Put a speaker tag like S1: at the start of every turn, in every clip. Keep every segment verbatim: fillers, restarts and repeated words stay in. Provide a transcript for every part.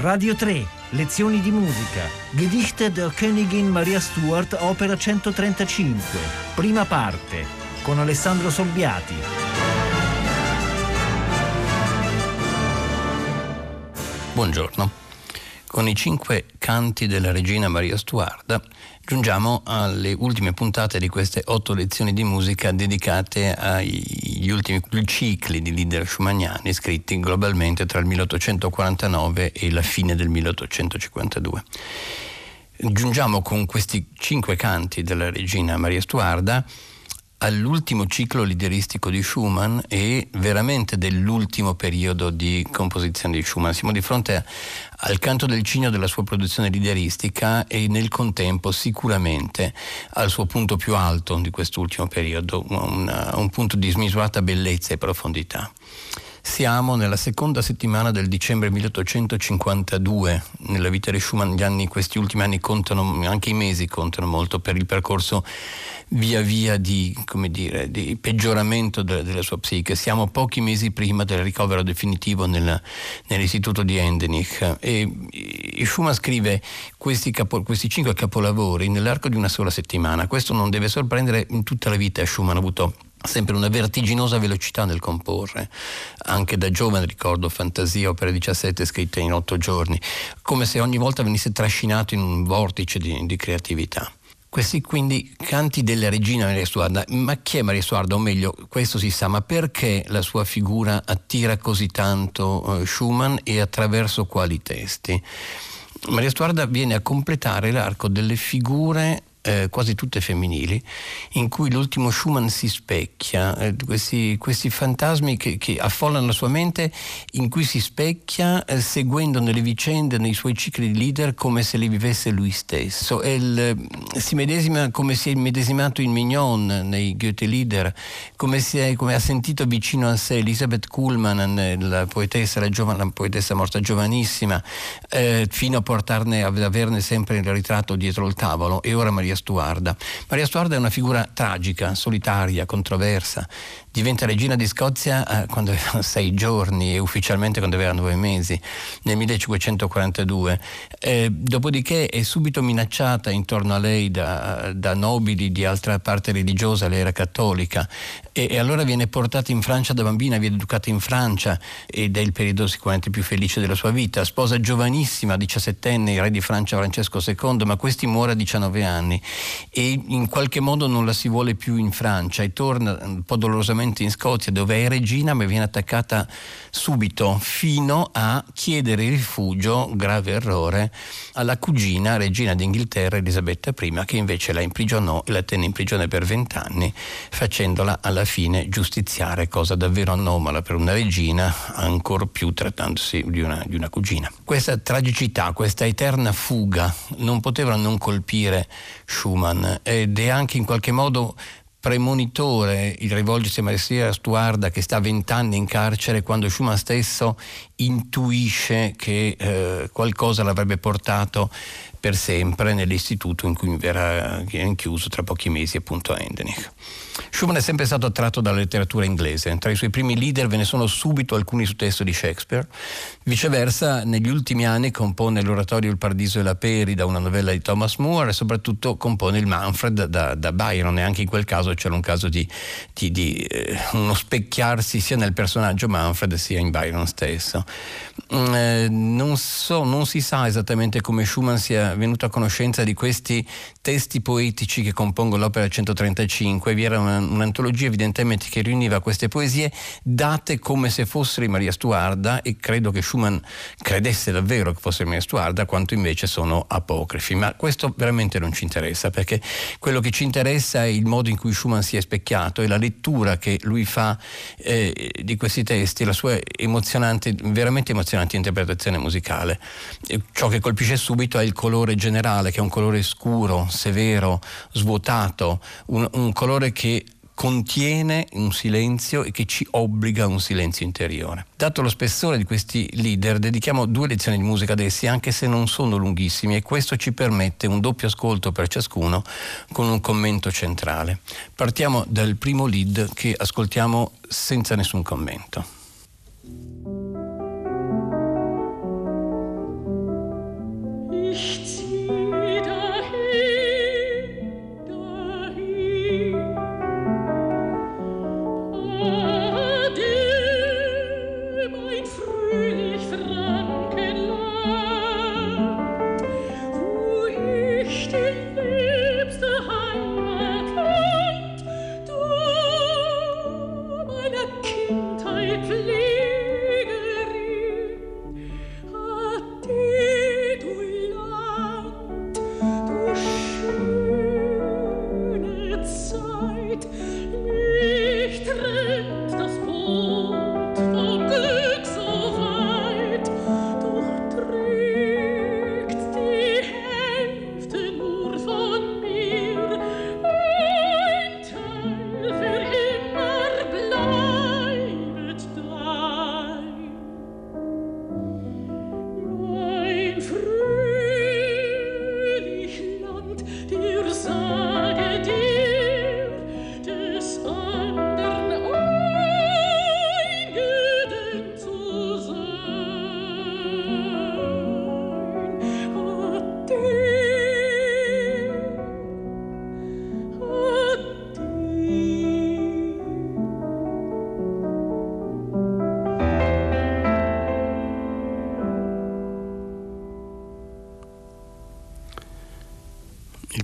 S1: Radio tre, lezioni di musica. Gedichte der Königin Maria Stuart, opera centotrentacinque. Prima parte, con Alessandro Solbiati.
S2: Buongiorno. Con i cinque canti della regina Maria Stuarda giungiamo alle ultime puntate di queste otto lezioni di musica dedicate agli ultimi cicli di lieder schumanniani scritti globalmente tra il milleottocentoquarantanove e la fine del milleottocentocinquantadue. Giungiamo con questi cinque canti della regina Maria Stuarda all'ultimo ciclo lideristico di Schumann e veramente dell'ultimo periodo di composizione di Schumann. Siamo di fronte al canto del cigno della sua produzione lideristica e nel contempo sicuramente al suo punto più alto di quest'ultimo periodo, un, un punto di smisurata bellezza e profondità. Siamo nella seconda settimana del dicembre milleottocentocinquantadue. Nella vita di Schumann gli anni, questi ultimi anni contano, anche i mesi contano molto per il percorso via via di, come dire, di peggioramento de, della sua psiche. Siamo pochi mesi prima del ricovero definitivo nel, nell'istituto di Endenich e Schumann scrive questi, capo, questi cinque capolavori nell'arco di una sola settimana. Questo non deve sorprendere. In tutta la vita Schumann ha avuto sempre una vertiginosa velocità nel comporre. Anche da giovane ricordo fantasia, opere diciassette scritte in otto giorni, come se ogni volta venisse trascinato in un vortice di, di creatività. Questi quindi canti della regina Maria Stuarda. Ma chi è Maria Stuarda? O meglio, questo si sa, ma perché la sua figura attira così tanto uh, Schumann e attraverso quali testi? Maria Stuarda viene a completare l'arco delle figure Eh, quasi tutte femminili, in cui l'ultimo Schumann si specchia, eh, questi, questi fantasmi che, che affollano la sua mente, in cui si specchia eh, seguendo nelle vicende, nei suoi cicli di leader, come se li vivesse lui stesso. E il, si medesima come si è medesimato in Mignon nei Goethe-Lieder, come, si è, come ha sentito vicino a sé Elisabeth Kuhlmann, la poetessa, la, giovane, la poetessa morta giovanissima, eh, fino a portarne, ad averne sempre il ritratto dietro il tavolo. E ora Maria Stuarda. Maria Stuarda è una figura tragica, solitaria, controversa. Diventa regina di Scozia eh, quando aveva sei giorni e ufficialmente quando aveva nove mesi, nel millecinquecentoquarantadue. Eh, dopodiché è subito minacciata intorno a lei da, da nobili di altra parte religiosa, lei era cattolica, e, e allora viene portata in Francia da bambina, viene educata in Francia ed è il periodo sicuramente più felice della sua vita. Sposa giovanissima, diciassettenne, il re di Francia Francesco secondo, ma questi muore a diciannove anni e in qualche modo non la si vuole più in Francia e torna un po' dolorosamente in Scozia, dove è regina, ma viene attaccata subito, fino a chiedere rifugio, grave errore, alla cugina regina d'Inghilterra Elisabetta I, che invece la imprigionò e la tenne in prigione per vent'anni, facendola alla fine giustiziare, cosa davvero anomala per una regina, ancor più trattandosi di una, di una cugina. Questa tragicità, questa eterna fuga non potevano non colpire Schumann ed è anche in qualche modo premonitore il rivolgersi a Maria Stuarda, che sta vent'anni in carcere, quando Schumann stesso intuisce che eh, qualcosa l'avrebbe portato per sempre nell'istituto in cui verrà chiuso tra pochi mesi, appunto a Endenich. Schumann è sempre stato attratto dalla letteratura inglese. Tra i suoi primi leader ve ne sono subito alcuni su testo di Shakespeare. Viceversa, negli ultimi anni compone l'oratorio Il Paradiso e la Peri da una novella di Thomas Moore e soprattutto compone il Manfred da, da Byron, e anche in quel caso c'era un caso di, di, di eh, uno specchiarsi sia nel personaggio Manfred sia in Byron stesso. Eh, non so, non si sa esattamente come Schumann sia venuto a conoscenza di questi testi poetici che compongono l'opera centotrentacinque. Vi era una, un'antologia evidentemente che riuniva queste poesie date come se fossero di Maria Stuarda, e credo che Schumann credesse davvero che fossero Maria Stuarda, quanto invece sono apocrifi. Ma questo veramente non ci interessa, perché quello che ci interessa è il modo in cui Schumann si è specchiato e la lettura che lui fa eh, di questi testi, la sua emozionante, veramente emozionante interpretazione musicale. E ciò che colpisce subito è il colore generale, che è un colore scuro, severo, svuotato, un, un colore che contiene un silenzio e che ci obbliga a un silenzio interiore. Dato lo spessore di questi leader, dedichiamo due lezioni di musica ad essi, anche se non sono lunghissimi, e questo ci permette un doppio ascolto per ciascuno con un commento centrale. Partiamo dal primo lead, che ascoltiamo senza nessun commento.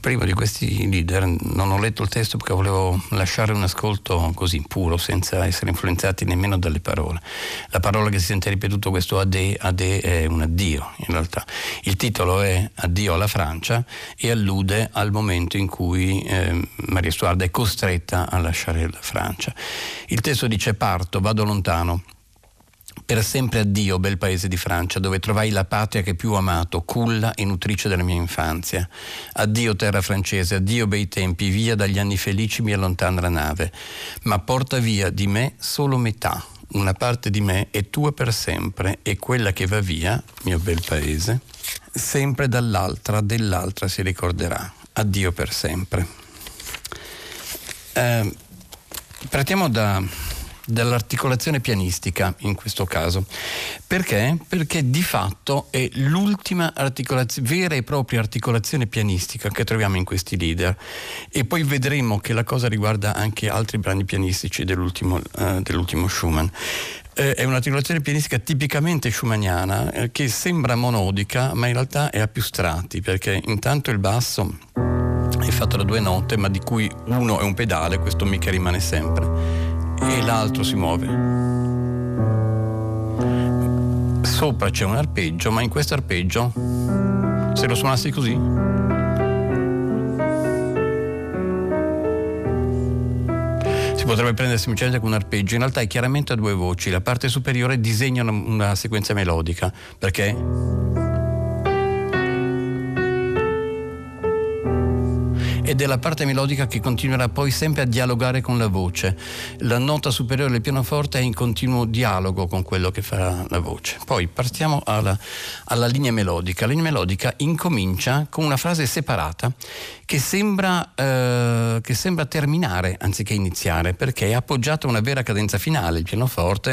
S2: primo di questi leader, non ho letto il testo perché volevo lasciare un ascolto così puro, senza essere influenzati nemmeno dalle parole. La parola che si sente ripetuto, questo adè, adè è un addio in realtà. Il titolo è Addio alla Francia e allude al momento in cui eh, Maria Stuarda è costretta a lasciare la Francia. Il testo dice: parto, vado lontano. Per sempre addio, bel paese di Francia, dove trovai la patria che più ho amato, culla e nutrice della mia infanzia. Addio terra francese, addio bei tempi, via dagli anni felici mi allontana la nave, ma porta via di me solo metà. Una parte di me è tua per sempre e quella che va via, mio bel paese, sempre dall'altra, dell'altra si ricorderà. Addio per sempre. Eh, partiamo da... dall'articolazione pianistica in questo caso. Perché? Perché di fatto è l'ultima articolazione, vera e propria articolazione pianistica che troviamo in questi leader, e poi vedremo che la cosa riguarda anche altri brani pianistici dell'ultimo, uh, dell'ultimo Schumann. Eh, è un'articolazione pianistica tipicamente schumanniana eh, che sembra monodica, ma in realtà è a più strati, perché intanto il basso è fatto da due note, ma di cui uno è un pedale, questo mica rimane sempre, e l'altro si muove. Sopra c'è un arpeggio, ma in questo arpeggio, se lo suonassi così, si potrebbe prendere semplicemente con un arpeggio. In realtà è chiaramente a due voci. La parte superiore disegna una, una sequenza melodica, perché ed è la parte melodica che continuerà poi sempre a dialogare con la voce. La nota superiore del pianoforte è in continuo dialogo con quello che fa la voce. Poi partiamo alla, alla linea melodica. La linea melodica incomincia con una frase separata che sembra, eh, che sembra terminare anziché iniziare, perché è appoggiata a una vera cadenza finale. Il pianoforte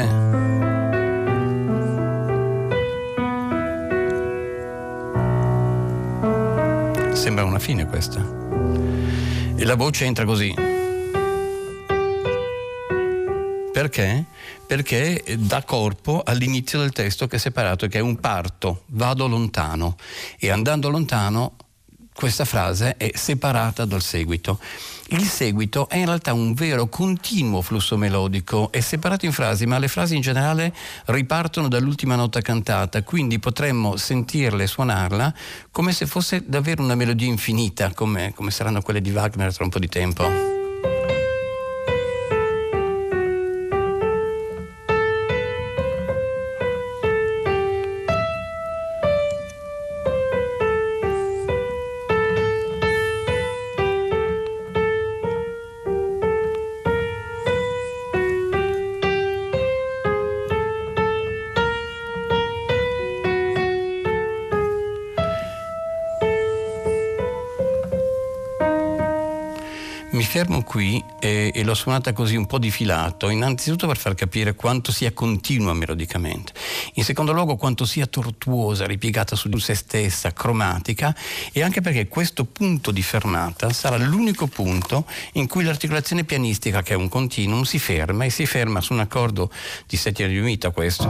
S2: sembra una fine questa. E la voce entra così. Perché? Perché dà corpo all'inizio del testo che è separato, che è un parto, vado lontano. E andando lontano, questa frase è separata dal seguito. Il seguito è in realtà un vero continuo flusso melodico, è separato in frasi, ma le frasi in generale ripartono dall'ultima nota cantata, quindi potremmo sentirle e suonarla come se fosse davvero una melodia infinita, come, come saranno quelle di Wagner tra un po' di tempo. Mi fermo qui e, e l'ho suonata così un po' di filato, innanzitutto per far capire quanto sia continua melodicamente, in secondo luogo quanto sia tortuosa, ripiegata su se stessa, cromatica, e anche perché questo punto di fermata sarà l'unico punto in cui l'articolazione pianistica, che è un continuum, si ferma, e si ferma su un accordo di settima riunita, questo.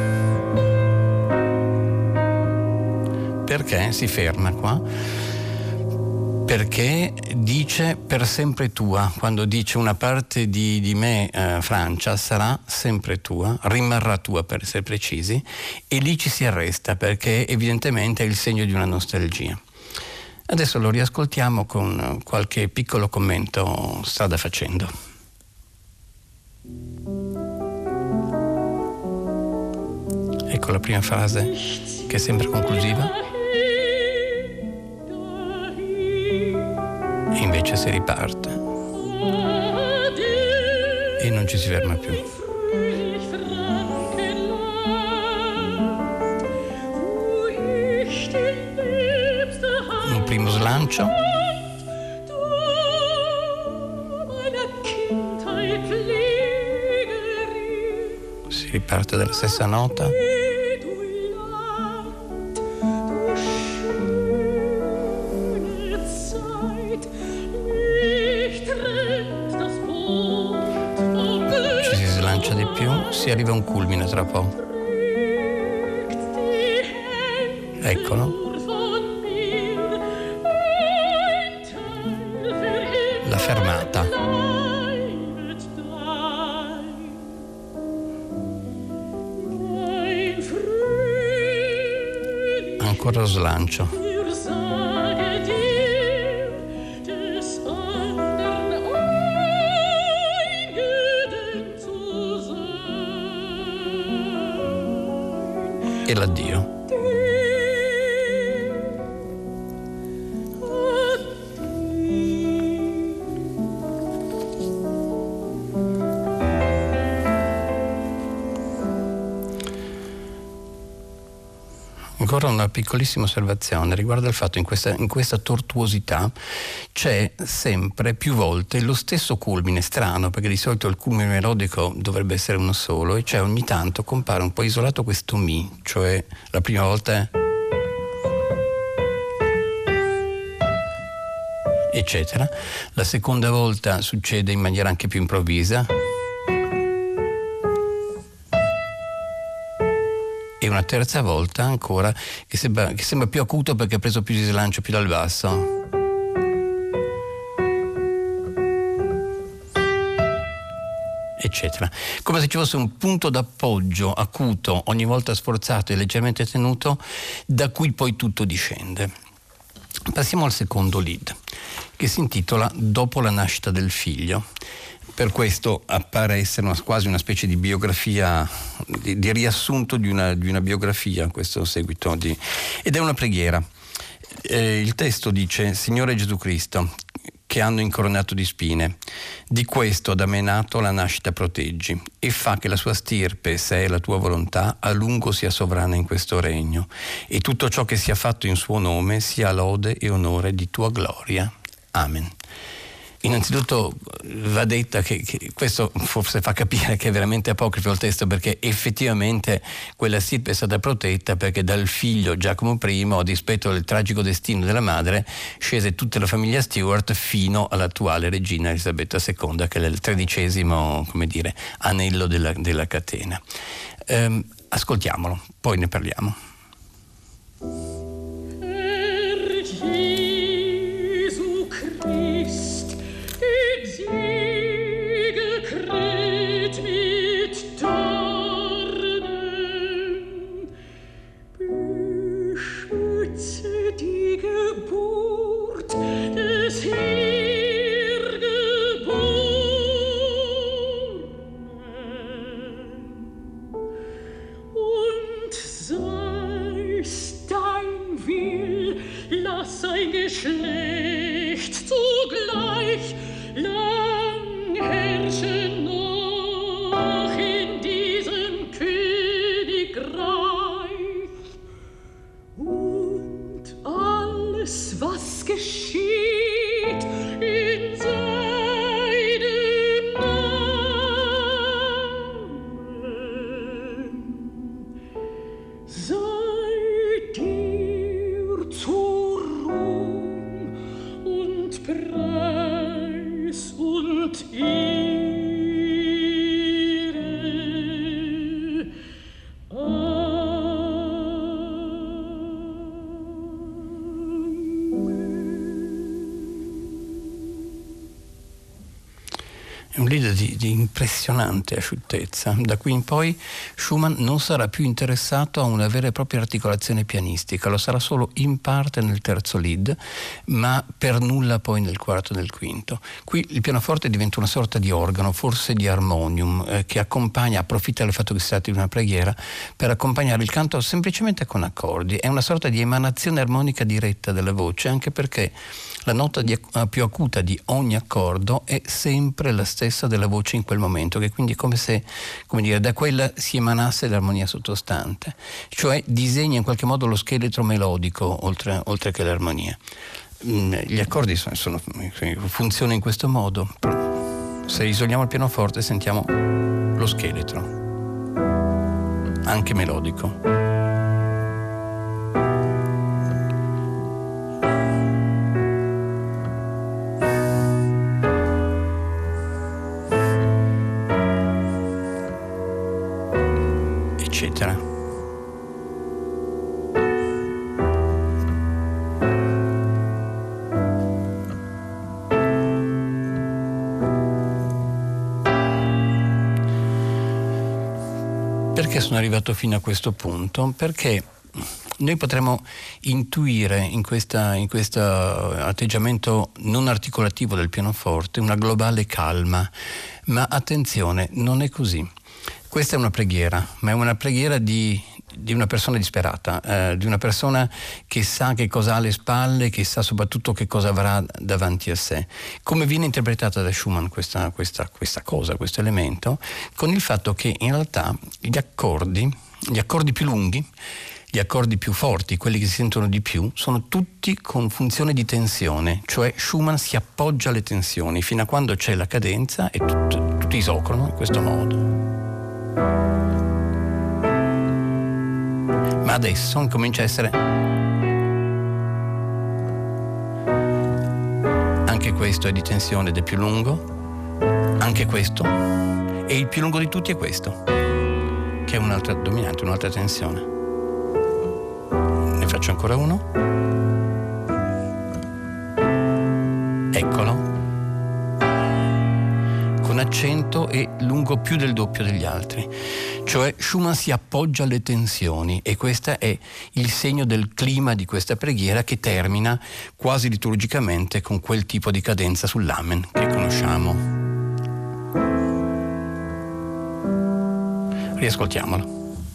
S2: Perché si ferma qua? Perché dice per sempre tua. Quando dice una parte di, di me, eh, Francia, sarà sempre tua, rimarrà tua per essere precisi, e lì ci si arresta perché evidentemente è il segno di una nostalgia. Adesso lo riascoltiamo con qualche piccolo commento strada facendo. Ecco la prima frase che sembra conclusiva. E invece si riparte e non ci si ferma più. Un primo slancio, si riparte dalla stessa nota, di più, si arriva a un culmine tra poco. Eccolo. La fermata. Ancora lo slancio. E l'addio. Ancora una piccolissima osservazione riguardo al fatto in questa, in questa tortuosità c'è sempre più volte lo stesso culmine, strano perché di solito il culmine melodico dovrebbe essere uno solo, e cioè ogni tanto compare un po' isolato questo mi, cioè la prima volta eccetera, la seconda volta succede in maniera anche più improvvisa e una terza volta ancora che sembra, che sembra più acuto perché ha preso più di slancio più dal basso. Eccetera. Come se ci fosse un punto d'appoggio acuto, ogni volta sforzato e leggermente tenuto, da cui poi tutto discende. Passiamo al secondo lead, che si intitola Dopo la nascita del figlio. Per questo appare essere una, quasi una specie di biografia, di, di riassunto di una, di una biografia, questo seguito di, ed è una preghiera. Eh, il testo dice: Signore Gesù Cristo, che hanno incoronato di spine, di questo da me nato la nascita proteggi, e fa che la sua stirpe, se è la tua volontà, a lungo sia sovrana in questo regno, e tutto ciò che sia fatto in suo nome sia lode e onore di tua gloria. Amen. Innanzitutto va detta che, che questo forse fa capire che è veramente apocrifo il testo, perché effettivamente quella stirpe è stata protetta perché dal figlio Giacomo primo, a dispetto del tragico destino della madre, scese tutta la famiglia Stuart fino all'attuale regina Elisabetta seconda, che è il tredicesimo, come dire, anello della, della catena. Ehm, ascoltiamolo, poi ne parliamo.
S3: Geschlecht zugleich lang herrschen noch in diesem Königreich, und alles, was geschieht in seinem Namen, sei dir zu Preis und Ehre.
S2: È un leader di, di impressionante asciuttezza. Da qui in poi Schumann non sarà più interessato a una vera e propria articolazione pianistica, lo sarà solo in parte nel terzo lead, ma per nulla poi nel quarto e nel quinto. Qui il pianoforte diventa una sorta di organo, forse di armonium, eh, che accompagna, approfitta del fatto che si tratti di una preghiera per accompagnare il canto semplicemente con accordi. È una sorta di emanazione armonica diretta della voce, anche perché la nota di, più acuta di ogni accordo è sempre la stessa della voce in quel momento, che quindi è come se, come dire, da quella si emanasse l'armonia sottostante, cioè disegna in qualche modo lo scheletro melodico oltre, oltre che l'armonia. Gli accordi sono, sono, funzionano in questo modo. Se isoliamo il pianoforte sentiamo lo scheletro, anche melodico. Eccetera. Perché sono arrivato fino a questo punto? Perché noi potremmo intuire in questa, in questo atteggiamento non articolativo del pianoforte una globale calma, ma attenzione, non è così. Questa è una preghiera, ma è una preghiera di, di una persona disperata, eh, di una persona che sa che cosa ha alle spalle, che sa soprattutto che cosa avrà davanti a sé. Come viene interpretata da Schumann questa, questa, questa cosa, questo elemento? Con il fatto che in realtà gli accordi, gli accordi più lunghi, gli accordi più forti, quelli che si sentono di più, sono tutti con funzione di tensione, cioè Schumann si appoggia alle tensioni fino a quando c'è la cadenza e tut, tutti isocrono in questo modo. Ma adesso incomincia a essere anche questo è di tensione ed è più lungo, anche questo, e il più lungo di tutti è questo, che è un'altra dominante, un'altra tensione. Ne faccio ancora uno. Eccolo. Con accento e lungo più del doppio degli altri. Cioè Schumann si appoggia alle tensioni e questo è il segno del clima di questa preghiera che termina quasi liturgicamente con quel tipo di cadenza sull'Amen che conosciamo. Riascoltiamolo.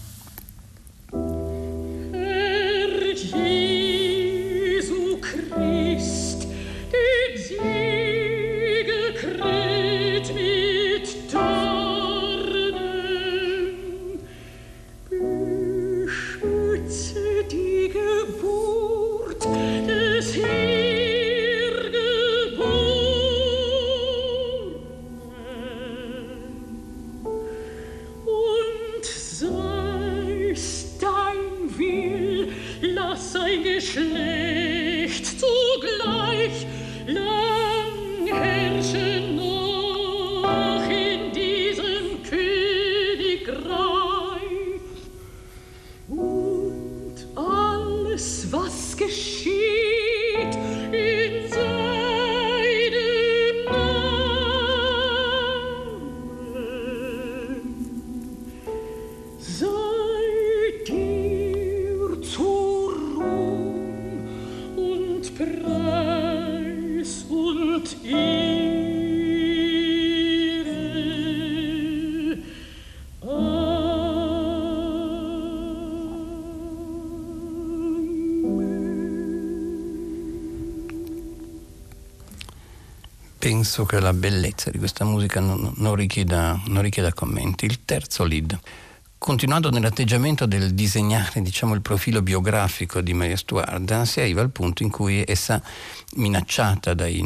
S2: Penso che la bellezza di questa musica non, non, richieda, non richieda commenti. Il terzo lead. Continuando nell'atteggiamento del disegnare, diciamo, il profilo biografico di Maria Stuarda, si arriva al punto in cui essa, minacciata dai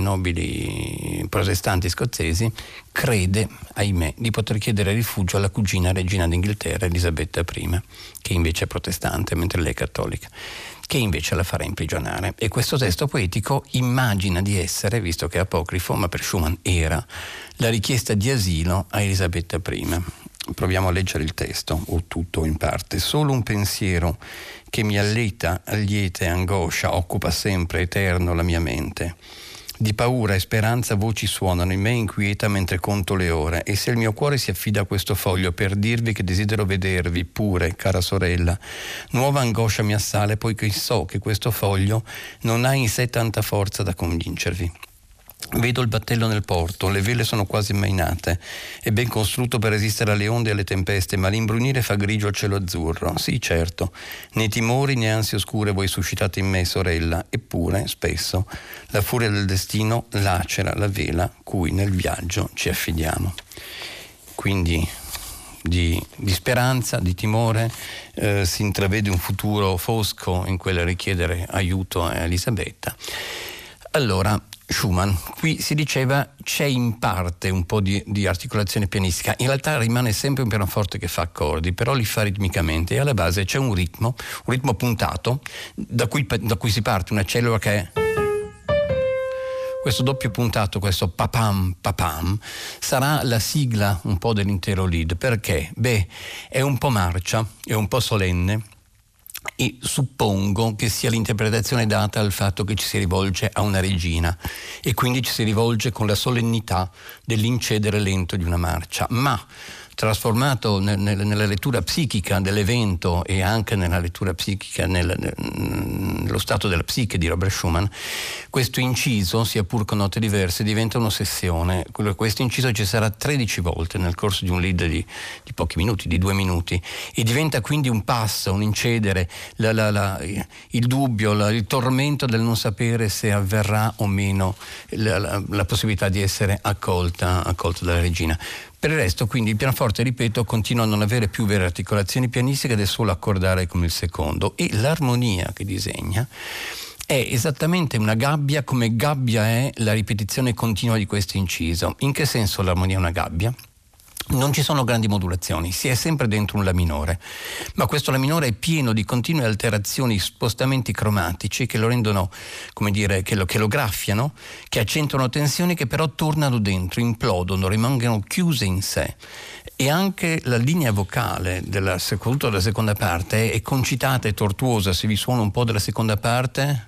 S2: nobili protestanti scozzesi, crede, ahimè, di poter chiedere rifugio alla cugina regina d'Inghilterra, Elisabetta prima, che invece è protestante, mentre lei è cattolica, che invece la farà imprigionare. E questo testo poetico immagina di essere, visto che è apocrifo, ma per Schumann era, la richiesta di asilo a Elisabetta prima. Proviamo a leggere il testo, o tutto o in parte. Solo un pensiero che mi alleta, allieta e angoscia occupa sempre eterno la mia mente. Di paura e speranza voci suonano in me inquieta mentre conto le ore, e se il mio cuore si affida a questo foglio per dirvi che desidero vedervi pure, cara sorella, nuova angoscia mi assale, poiché so che questo foglio non ha in sé tanta forza da convincervi. Vedo il battello nel porto, le vele sono quasi mainate, è ben costruito per resistere alle onde e alle tempeste, ma l'imbrunire fa grigio al cielo azzurro. Sì, certo, né timori né ansie oscure voi suscitate in me, sorella, eppure, spesso, la furia del destino lacera la vela cui nel viaggio ci affidiamo. Quindi di, di speranza, di timore, eh, si intravede un futuro fosco in quel richiedere aiuto a Elisabetta. Allora, Schumann, qui si diceva c'è in parte un po' di, di articolazione pianistica, in realtà rimane sempre un pianoforte che fa accordi, però li fa ritmicamente e alla base c'è un ritmo, un ritmo puntato da cui, da cui si parte una cellula che è questo doppio puntato, questo papam papam, sarà la sigla un po' dell'intero lead. Perché? Beh, è un po' marcia, è un po' solenne, e suppongo che sia l'interpretazione data al fatto che ci si rivolge a una regina e quindi ci si rivolge con la solennità dell'incedere lento di una marcia, ma trasformato nel, nel, nella lettura psichica dell'evento e anche nella lettura psichica, nel, nello stato della psiche di Robert Schumann, questo inciso, sia pur con note diverse, diventa un'ossessione. Questo inciso ci sarà tredici volte nel corso di un lead di, di pochi minuti, di due minuti, e diventa quindi un passo, un incedere, la, la, la, il dubbio, la, il tormento del non sapere se avverrà o meno la, la, la possibilità di essere accolta, accolta dalla regina. Per il resto, quindi, il pianoforte, ripeto, continua a non avere più vere articolazioni pianistiche ed è solo accordare come il secondo, e l'armonia che disegna è esattamente una gabbia, come gabbia è la ripetizione continua di questo inciso. In che senso l'armonia è una gabbia? Non ci sono grandi modulazioni, si è sempre dentro un La minore, ma questo La minore è pieno di continue alterazioni, spostamenti cromatici che lo rendono, come dire, che lo, che lo graffiano, che accentuano tensioni che però tornano dentro, implodono, rimangono chiuse in sé. E anche la linea vocale, della, soprattutto della seconda parte, è concitata e tortuosa. Se vi suona un po' della seconda parte...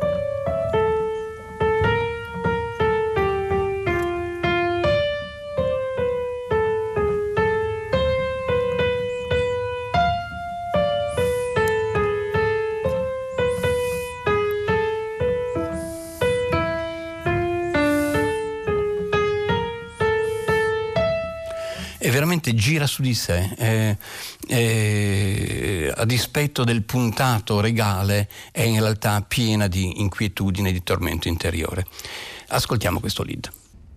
S2: veramente gira su di sé, eh, eh, a dispetto del puntato regale è in realtà piena di inquietudine e di tormento interiore. Ascoltiamo questo lead.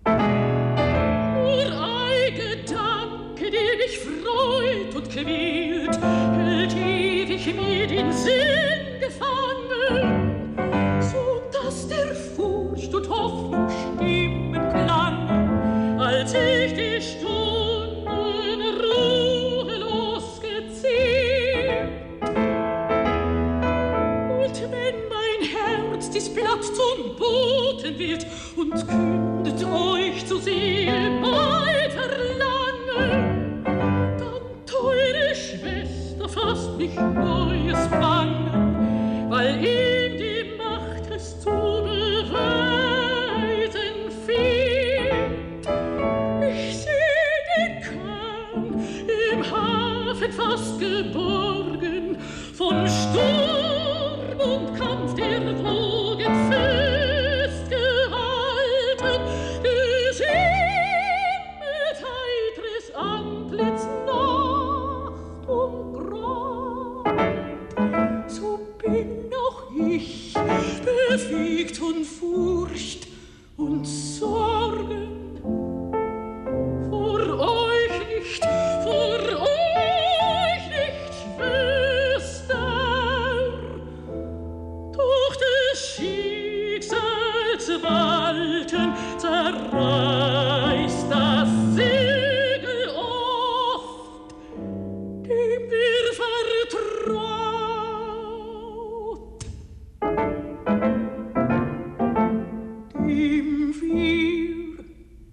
S3: Zum Boten wird und kündet euch zu sehen weiter lange. Dann, teure Schwester, fasst mich neues Bangen, weil ihm die Macht es zu beweisen fehlt. Ich seh den Kahn im Hafen fast geborgen, von Sturm und Kampf der Wogen festgehalten, gesehen mit heitres Antlitz Nacht und Brand. So bin auch ich bewegt von Furcht und Sorgen, vor euch nicht, vor euch nicht, Schwester, durch des Schicksals Walten zerreißt das Segel oft, dem wir vertraut. Dem wir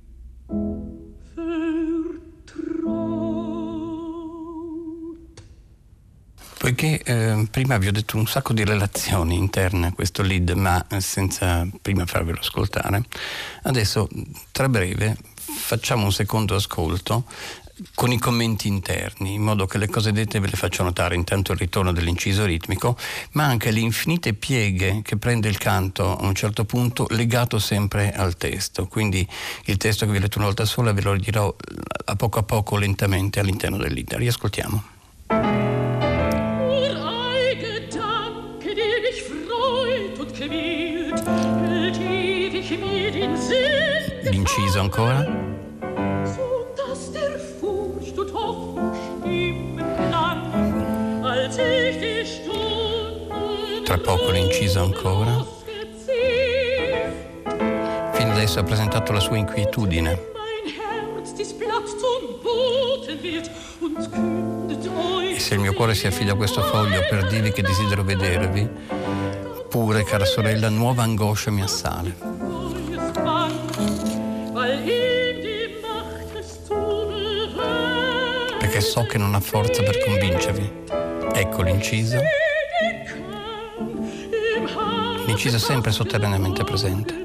S3: vertraut.
S2: Poiché eh, prima vi ho detto un sacco di relazioni interne a questo lead, ma senza prima farvelo ascoltare, adesso tra breve facciamo un secondo ascolto con i commenti interni, in modo che le cose dette ve le faccio notare, intanto il ritorno dell'inciso ritmico, ma anche le infinite pieghe che prende il canto a un certo punto, legato sempre al testo. Quindi il testo che vi ho letto una volta sola ve lo dirò a poco a poco, lentamente, all'interno del lead. Riascoltiamo. L'inciso ancora. Tra poco l'inciso ancora. Fino adesso ha presentato la sua inquietudine. E se il mio cuore si affida a questo foglio per dirvi che desidero vedervi, pure, cara sorella, nuova angoscia mi assale. Perché so che non ha forza per convincervi. Ecco l'inciso. L'inciso è sempre sotterraneamente presente.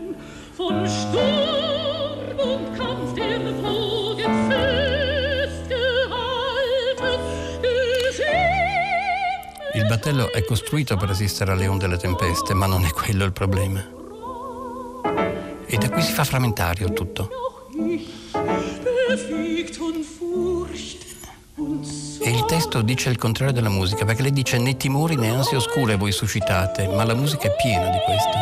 S2: Il battello è costruito per resistere alle onde e alle tempeste, ma non è quello il problema. E da qui si fa frammentario tutto. E il testo dice il contrario della musica, perché lei dice né timori né ansie oscure voi suscitate, ma la musica è piena di questo.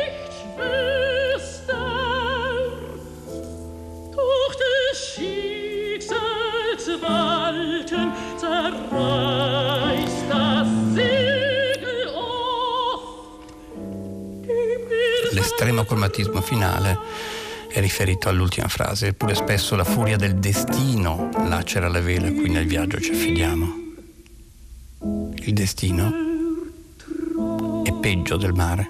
S2: L'estremo cromatismo finale è riferito all'ultima frase, eppure spesso la furia del destino lacera la vela a cui nel viaggio ci affidiamo. Il destino è peggio del mare.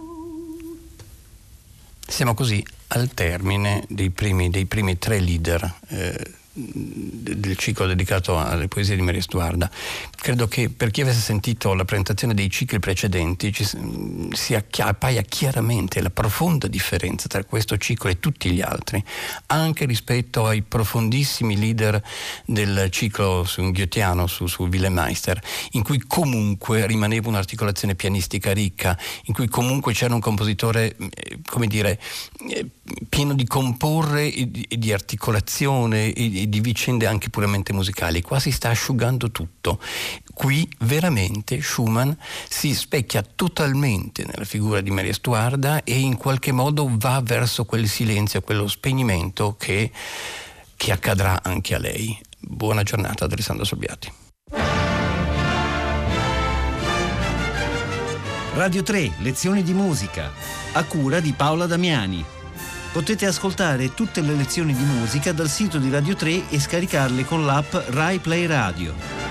S2: Siamo così al termine dei primi, dei primi tre leader eh, del ciclo dedicato alle poesie di Maria Stuarda. Credo che per chi avesse sentito la presentazione dei cicli precedenti ci si appaia chiaramente la profonda differenza tra questo ciclo e tutti gli altri, anche rispetto ai profondissimi leader del ciclo su goetheano, su, su Wilhelm Meister, in cui comunque rimaneva un'articolazione pianistica ricca, in cui comunque c'era un compositore, eh, come dire, eh, pieno di comporre e di, e di articolazione e, e di vicende anche puramente musicali. Qua si sta asciugando tutto. Qui veramente Schumann si specchia totalmente nella figura di Maria Stuarda e in qualche modo va verso quel silenzio, quello spegnimento che, che accadrà anche a lei. Buona giornata ad Alessandro Solbiati.
S1: Radio tre, lezioni di musica, a cura di Paola Damiani. Potete ascoltare tutte le lezioni di musica dal sito di Radio tre e scaricarle con l'app Rai Play Radio.